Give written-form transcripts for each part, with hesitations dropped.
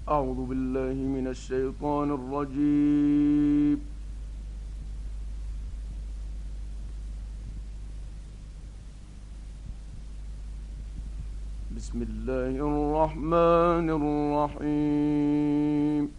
أعوذ بالله من الشيطان الرجيم. بسم الله الرحمن الرحيم.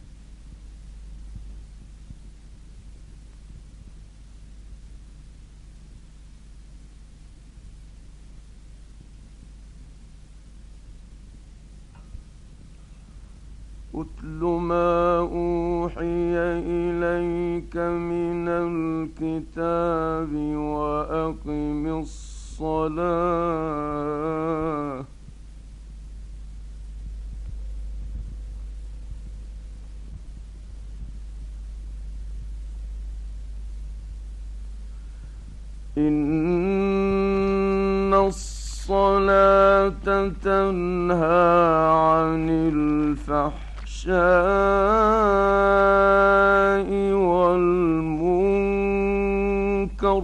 أتل ما أوحي إليك من الكتاب وأقم الصلاة إن الصلاة تنهى عن الفحشاء والمنكر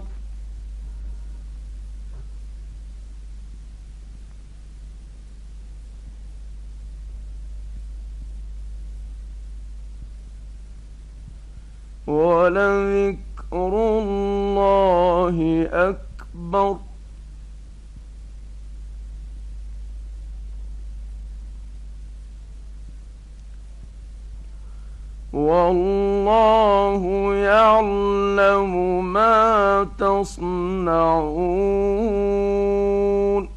ولذكر الله أكبر والله يعلم ما تصنعون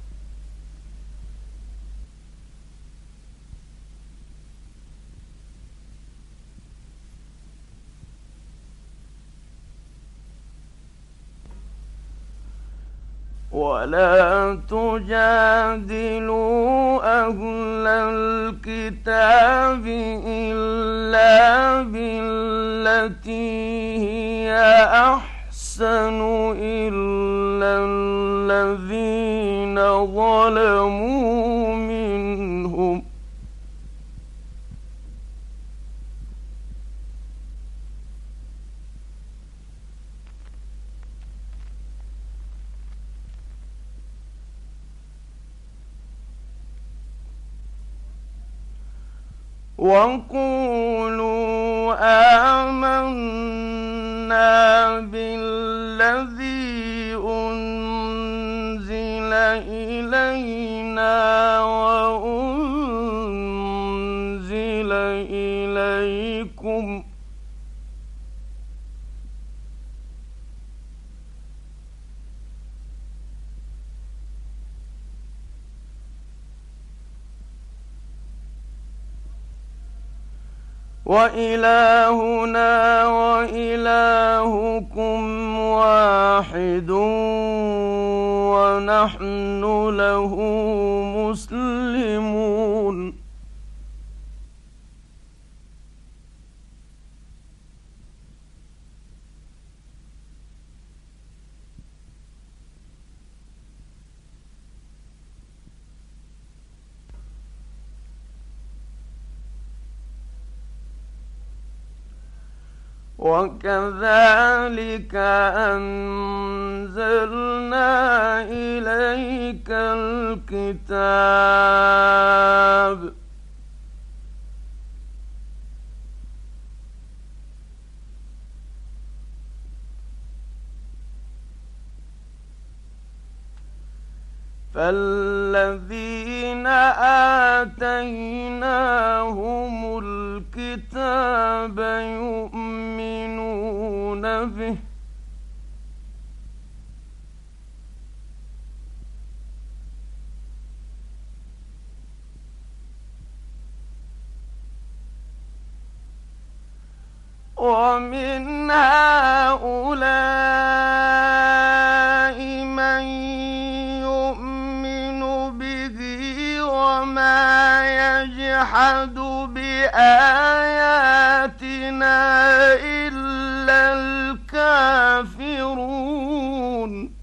ولا تجادلوا أهل الكتاب إلا بالتي هي أحسن إلا الذين ظلموا منهم وقولوا آمنا بالذي أنزل إلينا وأنزل إليكم وإلهنا وإلهكم واحد ونحن له مسلمون وكذلك أنزلنا إليك الكتاب فالذين آتيناهم الكتاب يؤمنون به ومن هؤلاء من يؤمن به وما يجحد بآياتنا إلا الكافرون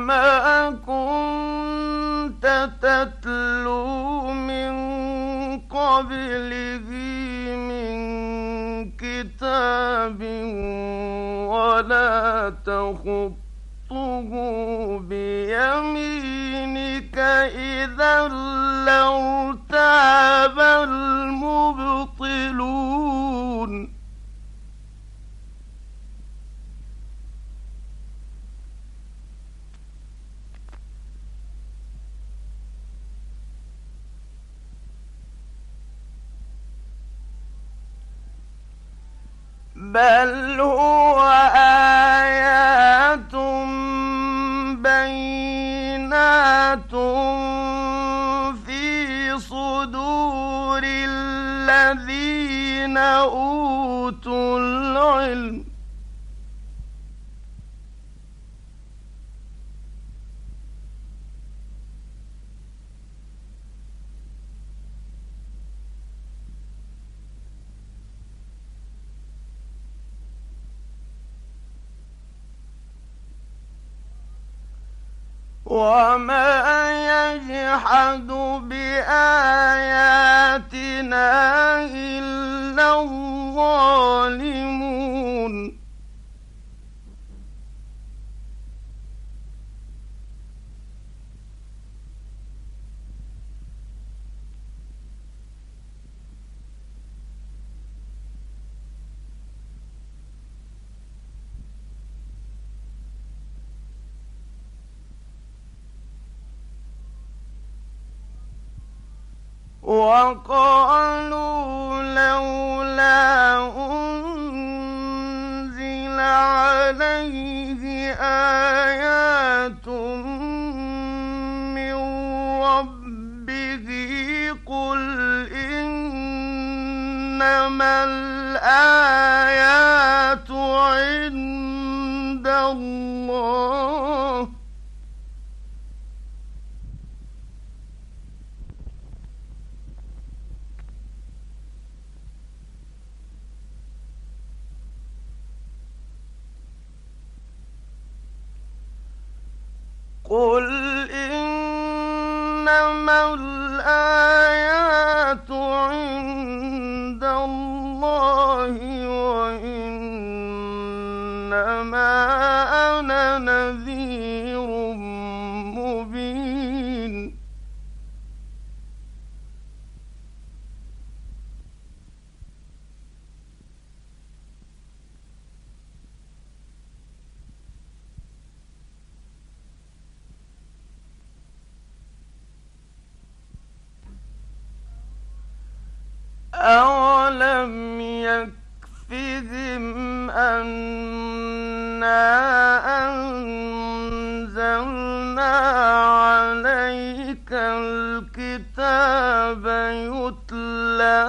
وما كنت تتلو من قبله من كتاب ولا تخطه بيمينك إذا لارتاب المبطلون. بل هو آيات بينات في صدور الذين أوتوا العلم. وما يجحد بآياتنا إلا الظالمون. وقالوا لولا أنزل عليه آيات من ربه قل إنما الآيات عند الله قل إنما الآيات عند الله وإنما أنا نذير مبين. أولم يكفهم أنا أنزلنا عليك الكتاب يتلى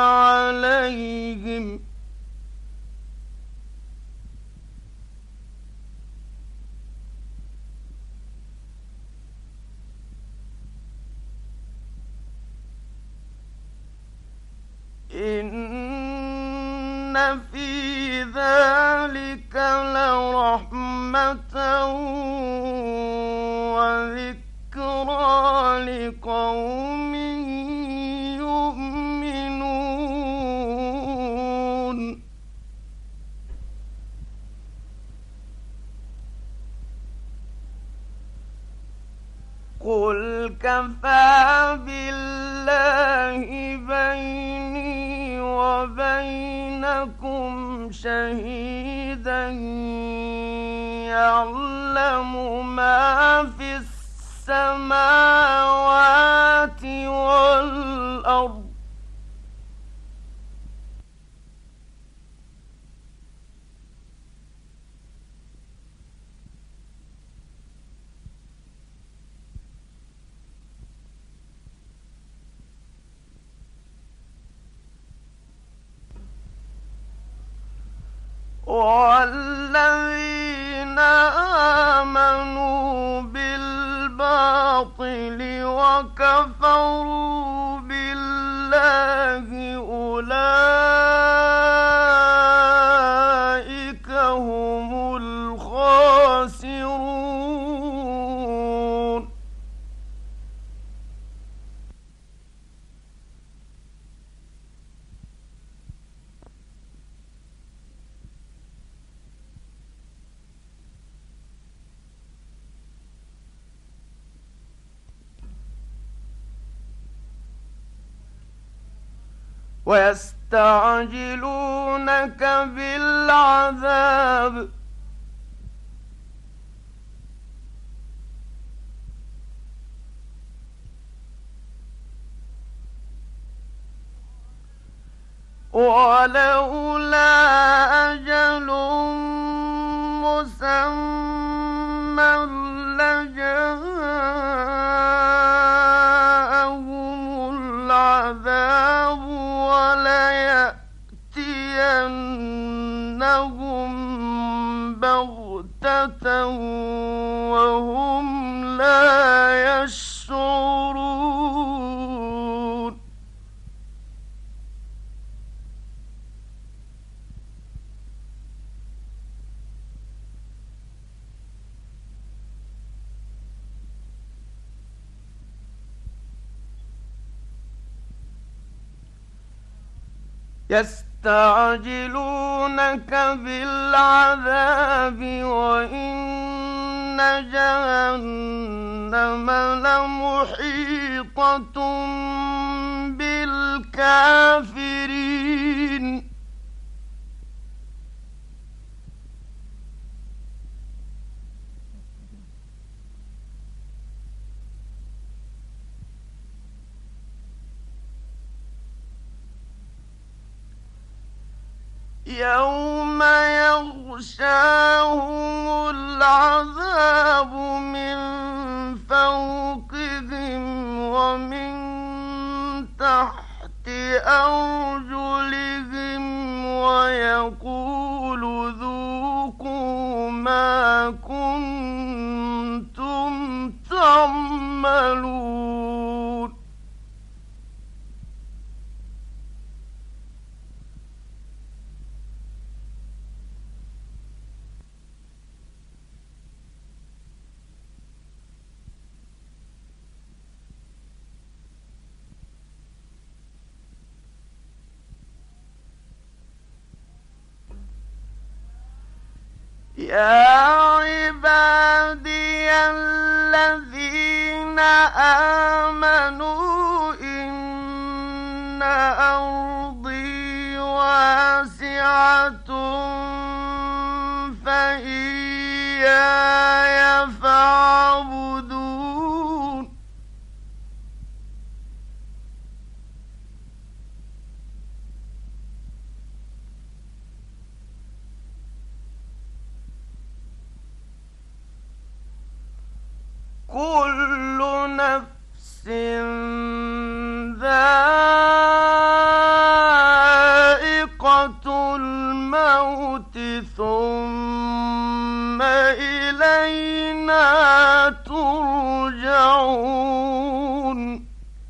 عليهم إن في ذلك لرحمة وذكرى لقوم يؤمنون. قل كفى بالله بيني وبينكم شهيدا يعلم ما في السماوات والأرض والذين آمنوا بالباطل وكفروا بالله أولئك هم الخاسرون. ويستعجلونك بالعذاب ولولا أجل مسمى لجاءهم العذاب وليأتينهم بغتة وهم لا يشعرون يستعجلونك بالعذاب وإن جهنم لمحيطة بالكافرين يوم يغشاهم العذاب من فوقهم ومن تحت أرجلهم ويقول ذوقوا ما كنتم تعملون يا عبادي الذين آمنوا إن أرضي واسعة فإياي فاعبدون كل نفس ذائقة الموت ثم إلينا ترجعون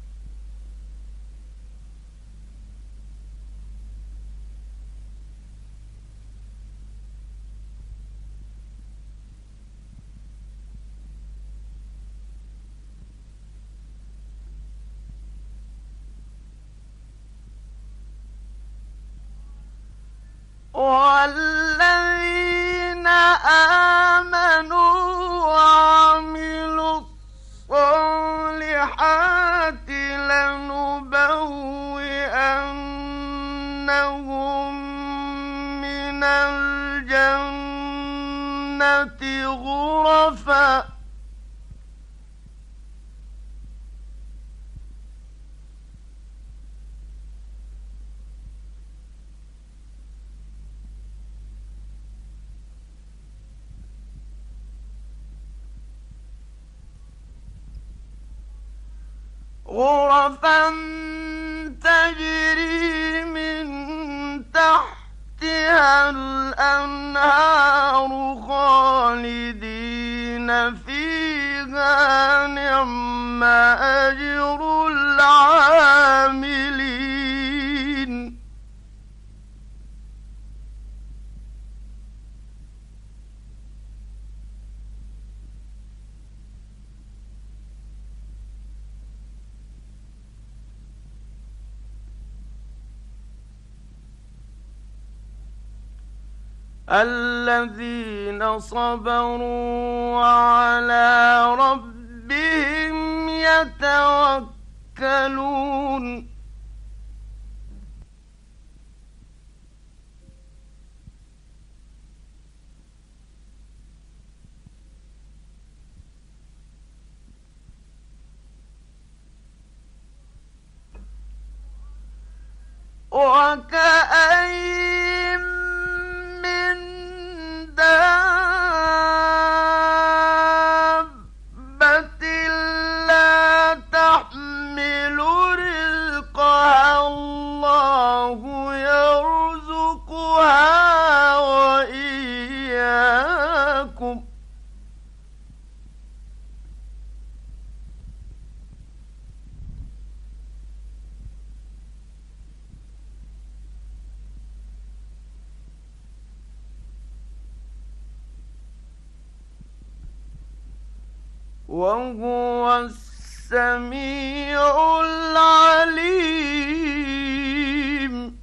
والذين آمنوا وعملوا الصالحات لنبوئنهم من الجنة غرفا تجري من تحتها الأنهار خالدين فيها نعم أجر العاملين الذين صبروا وعلى ربهم يتوكلون وكأين من دابة لا تحمل رزقها الله يرزقها وإياكم وهو السميع العليم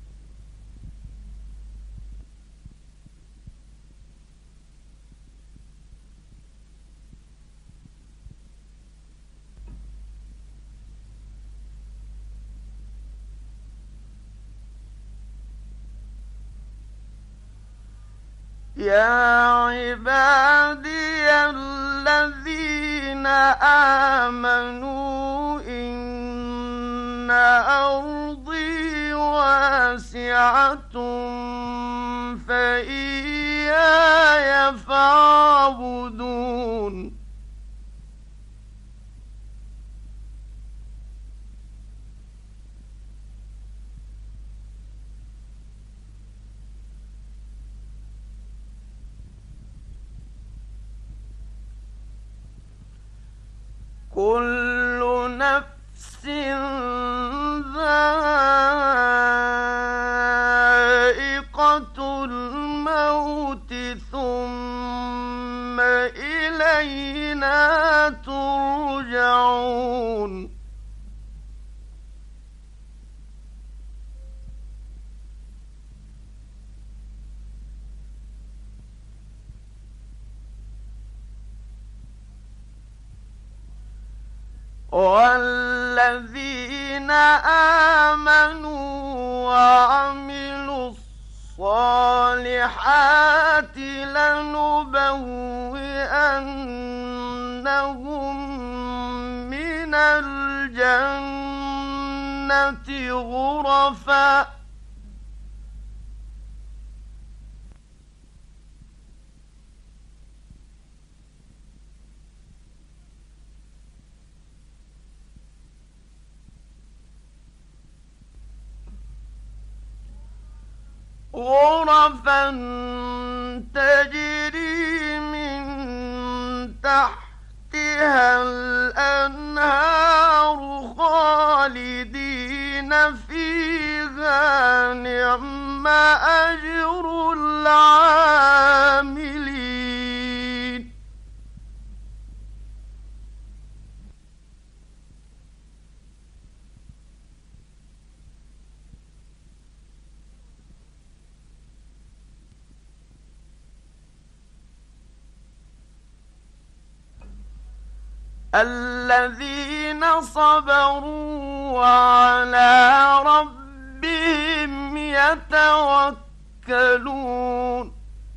يا عبادي الذين آمنوا إن أرضي واسعة فإياي فاعبدون كل نفس ذائقة الموت ثم إلينا ترجعون والذين آمنوا وعملوا الصالحات لنبوئنهم من الجنة غرفا تجري من تحتها الأنهار خالدين فيها نعم أجر العاملين الذين صبروا وعلى ربهم يتوكلون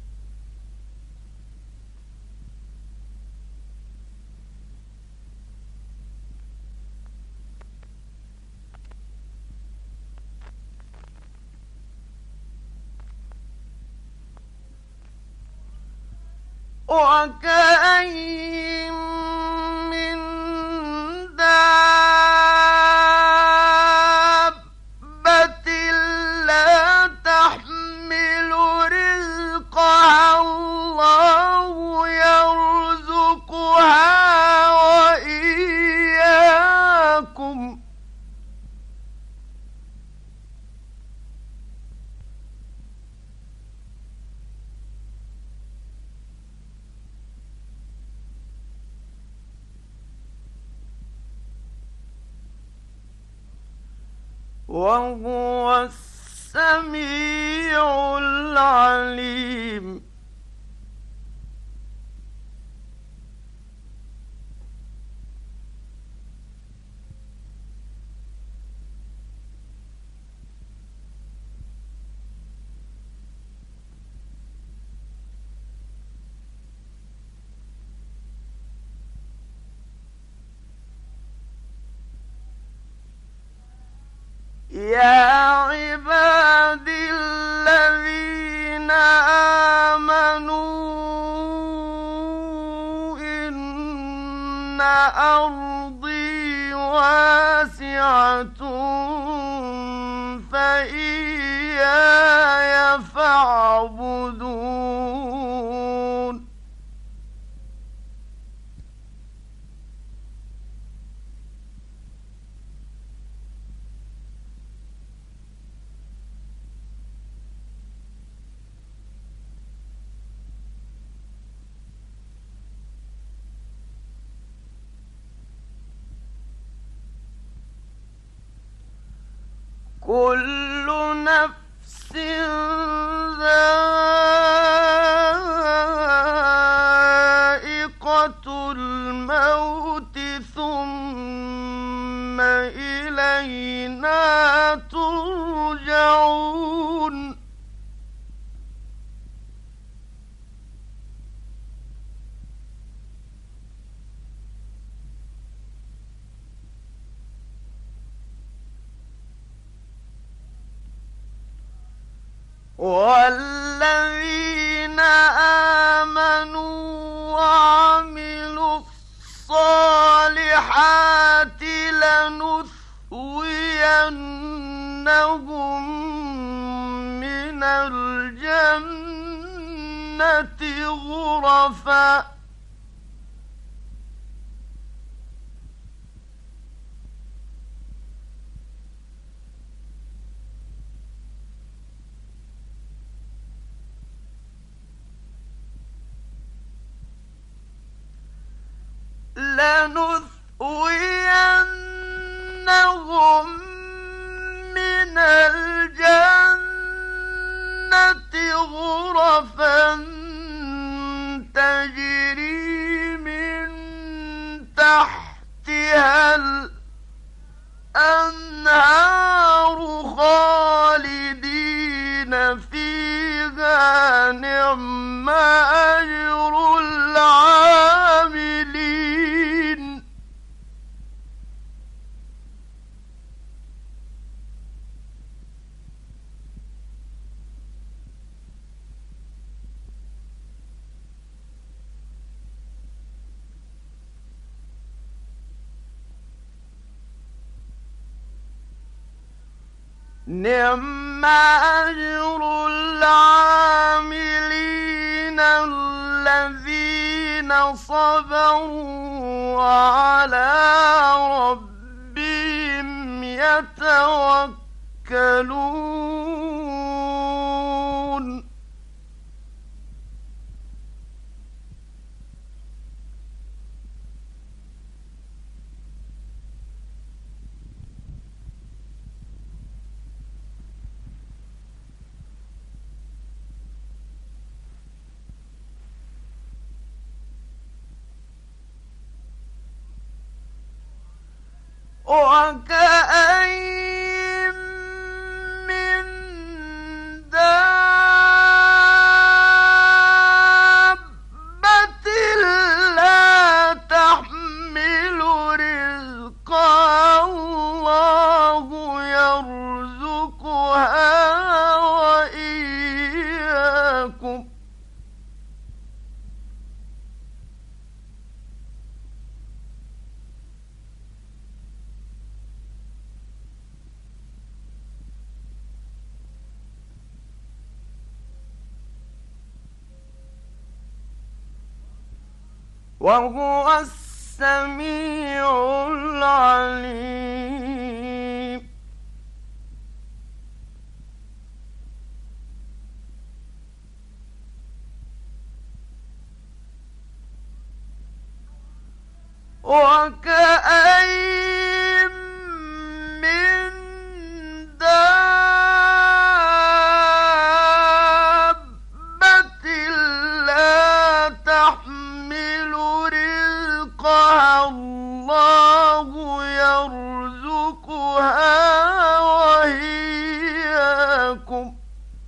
وكأين من دابة لا تحمل رزقها الله يرزقها وإياكم وهو السميع العليم يا عبادي فإياي فاعبدون كل نفس ذائقة الموت ثم إلينا ترجعون والذين آمنوا وعملوا الصالحات لنثوينهم من الجنة غرفا لنثوينهم من الجنة غرفا تجري من تحتها الأنهار خالدين فيها نعم أجر العاملين نعم أجر العاملين الذين صبروا وعلى ربهم يتوكلون وكأين من دابة لا تحمل رزقها الله يرزقها وإياكم وهو السميع العليم وكأين من دابة لا تحمل رزقها الله يرزقها وإياكم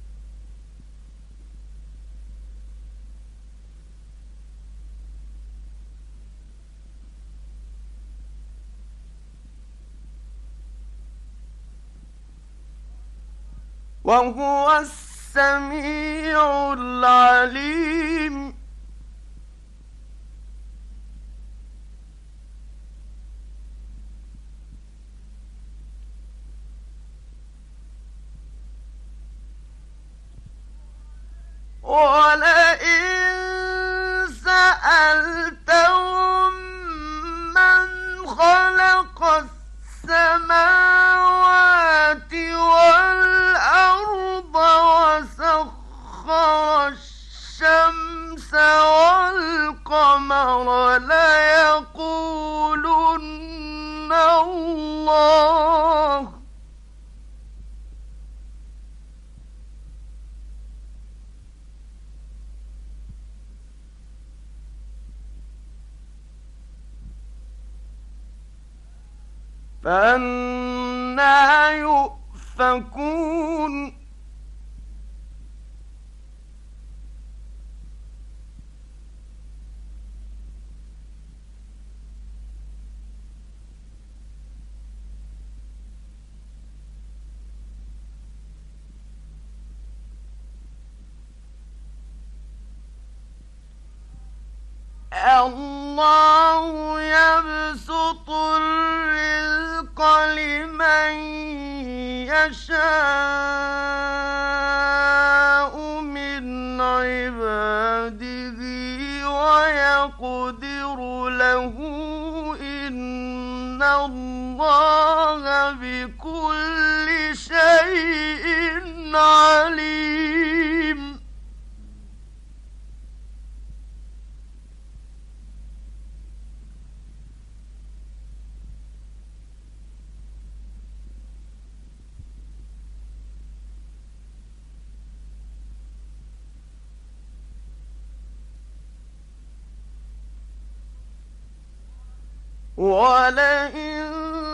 وهو السميع العليم ولئن سألتهم من خلق السماوات والأرض وسخر الشمس والقمر ليقولن الله. فأنى يؤفكون الله يبسط الرزق لمن يشاء من عباده ويقدر له إن الله بكل شيء عليم. ولئن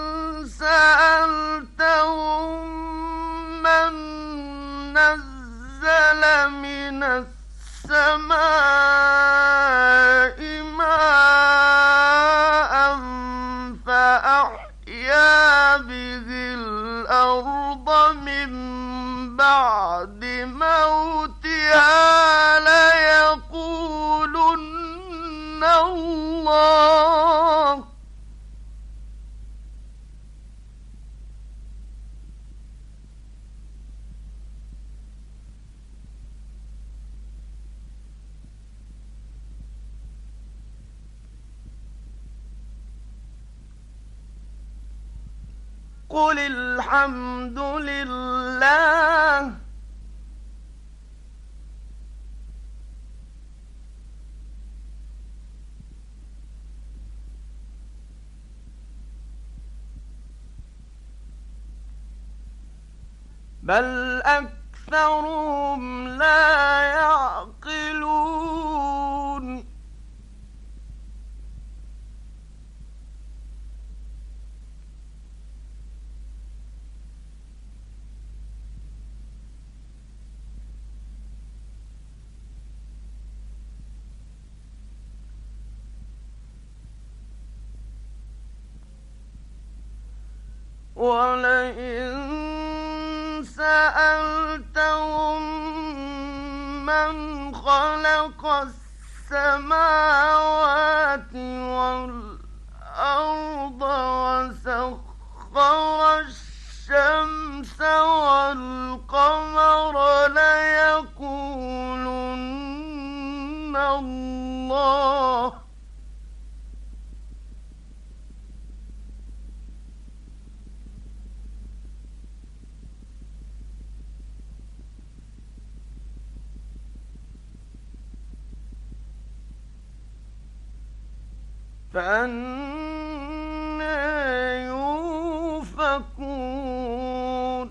سألتهم من نزل من السماء ماء فأحيا به الأرض من بعد موتها ليقولن الله. قل الحمد لله بل أكثرهم لا يعقلون ولئن سألتهم من خلق السماوات والأرض وسخر الشمس والقمر ليقولن الله. فأنى يؤفكون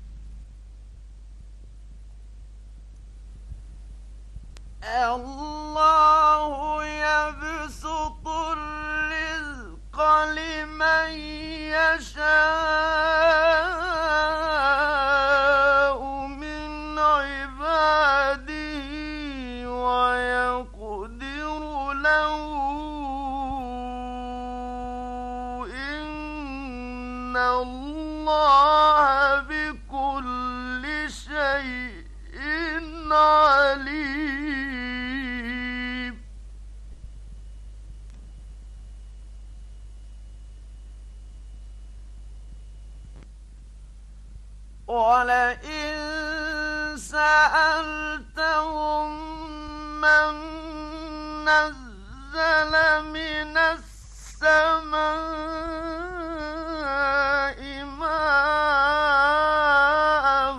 الله يبسط الرزق لمن يشاء من عباده ويقدر له إن الله بكل شيء عليم. ولئن سألتهم من نزل من السماء ماء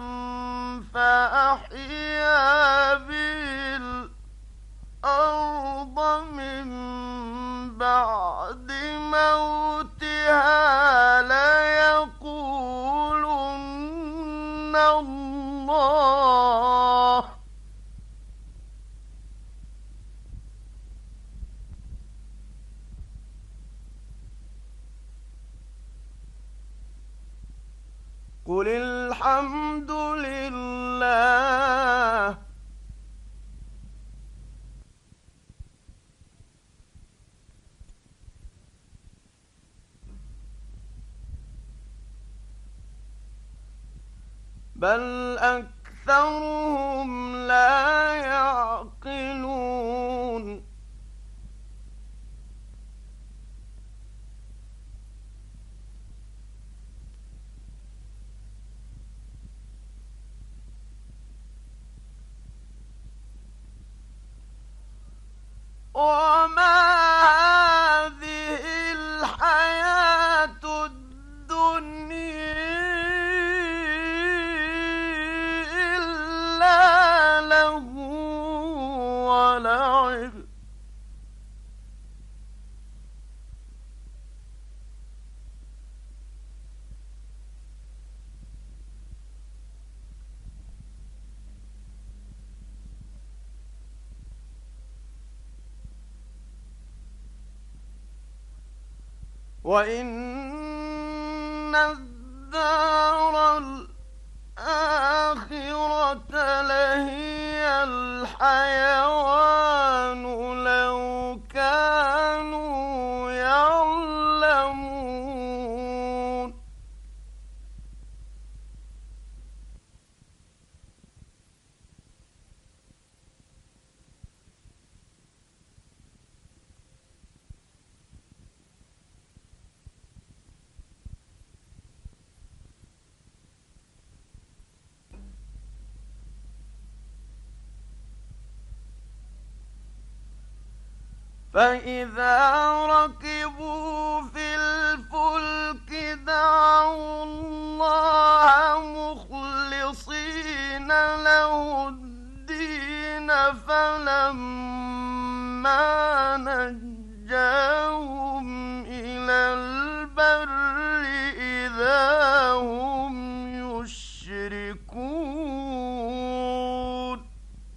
فأحيا به الأرض من بعد موتها ليقولن الله. قل الحمد لله. بل أكثرهم لا يعقلون. وما هذه الحياة الدنيا إلا لهو ولعب. وإن الدار الآخرة لهي الحيوان لو كانوا يعلمون. فإذا ركبوا في الفلك دعوا الله مخلصين له الدين فلما نجاهم إلى البر إذا هم يشركون.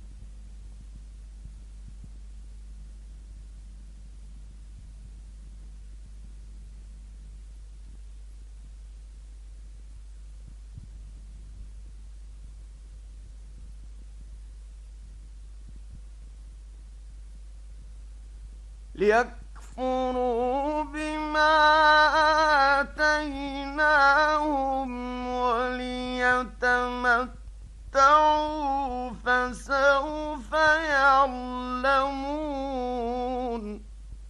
ليكفروا بما آتيناهم وليتمتعوا فسوف يعلمون.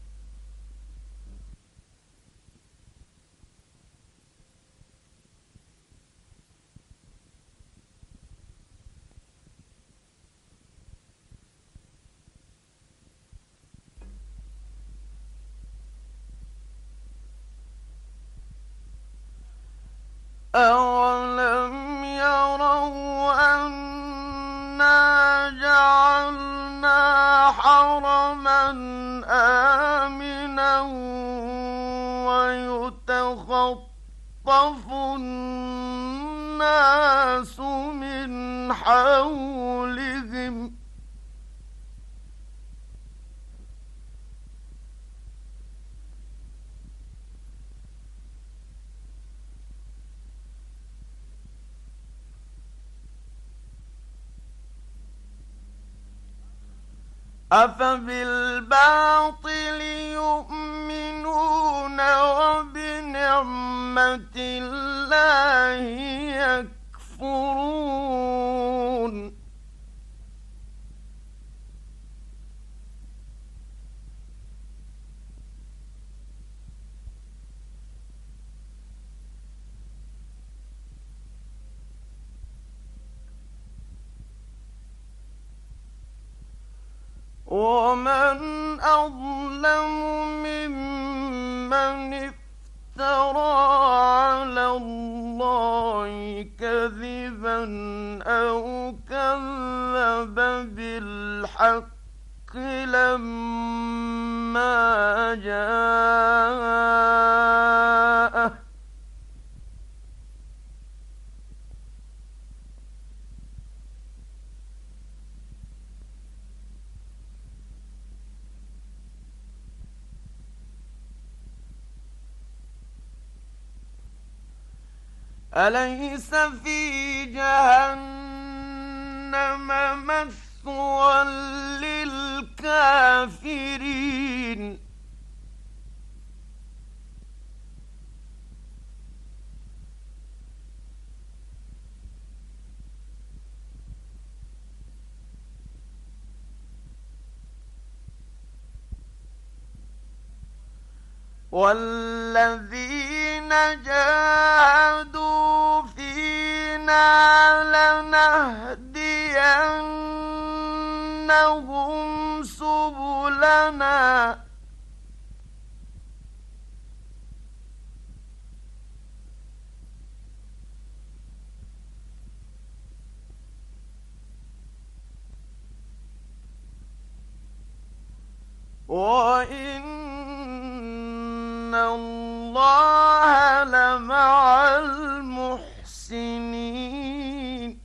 أَوَلَمْ يَرَوْا أَنَّا جَعَلْنَا حَرَمًا آمِنًا وَيُتَخَطَّفُ النَّاسُ مِنْ حَوْلِهِمْ أَفَبِالْبَاطِلِ يُؤْمِنُونَ وَبِنِعْمَةِ اللَّهِ يَكْفُرُونَ. ومن أظلم ممن افترى على الله كذبا أو كذب بالحق لما جاءه أليس في جهنم مثوى للكافرين والذين جاهدوا فينا لنهدينهم سبلنا وإن الله لمع المحسنين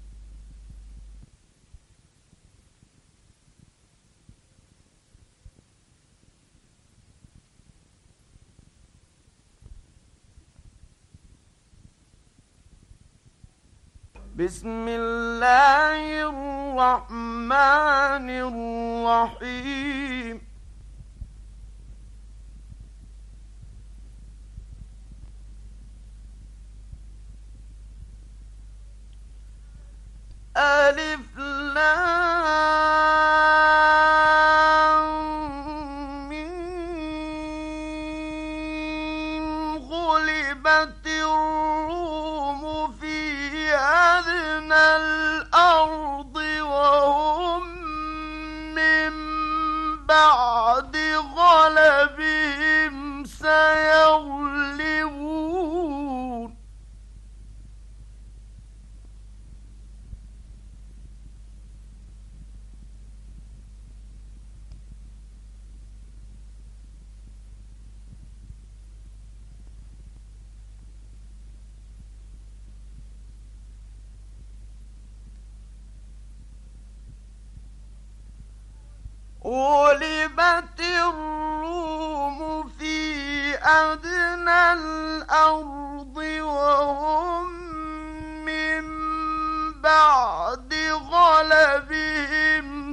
بسم الله الرحمن الرحيم ألف لام ميم غلبت الروم في أدنى الأرض وهم من بعد غلبهم سيغلبون غلبت الروم في أدنى الأرض وهم من بعد غلبهم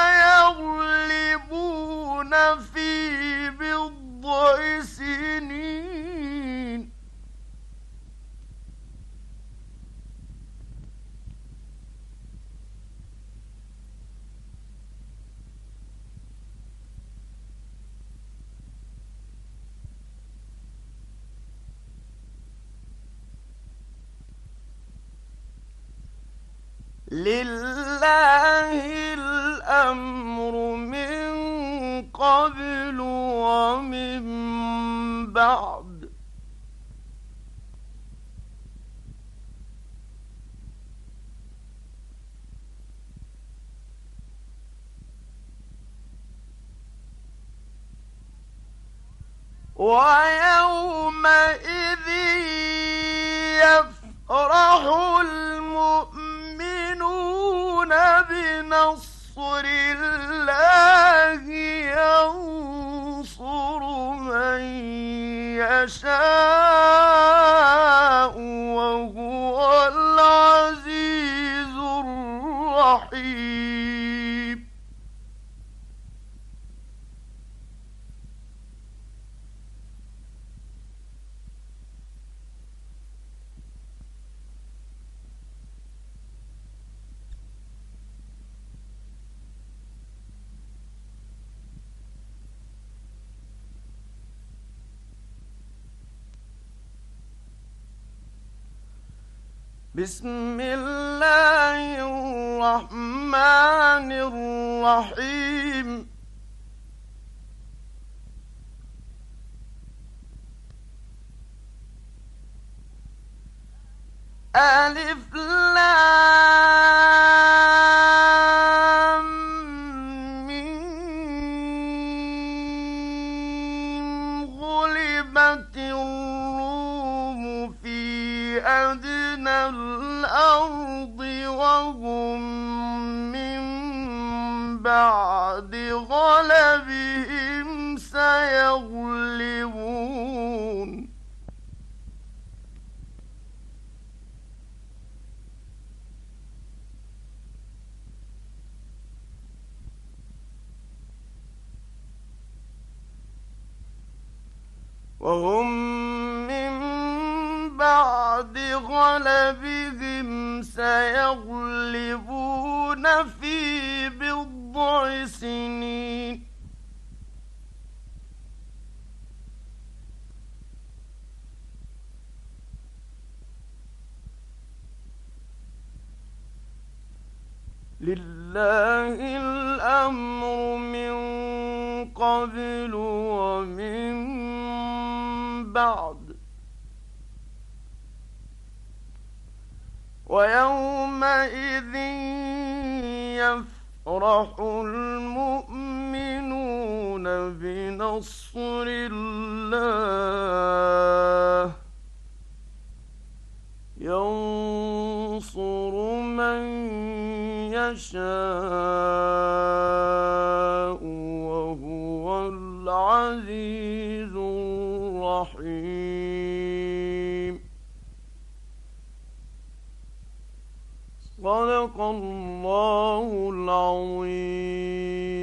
سيغلبون في بضع سنين لله الأمر من قبل ومن بعد ويومئذ يفرح المؤمنون بنصر الله ينصر من يشاء وهو العزيز الرحيم بسم الله الرحمن الرحيم ألف لام ميم غلبت الروم في أدنى الأرض وهم من بعد غلبهم سيغلبون وهم من بعد غلبهم سيغلبون في بضع سنين لله الأمر من قبل ومن بعد ويومئذ يفرح المؤمنون بنصر الله ينصر من يشاء وهو العزيز الرحيم. صدق الله العظيم.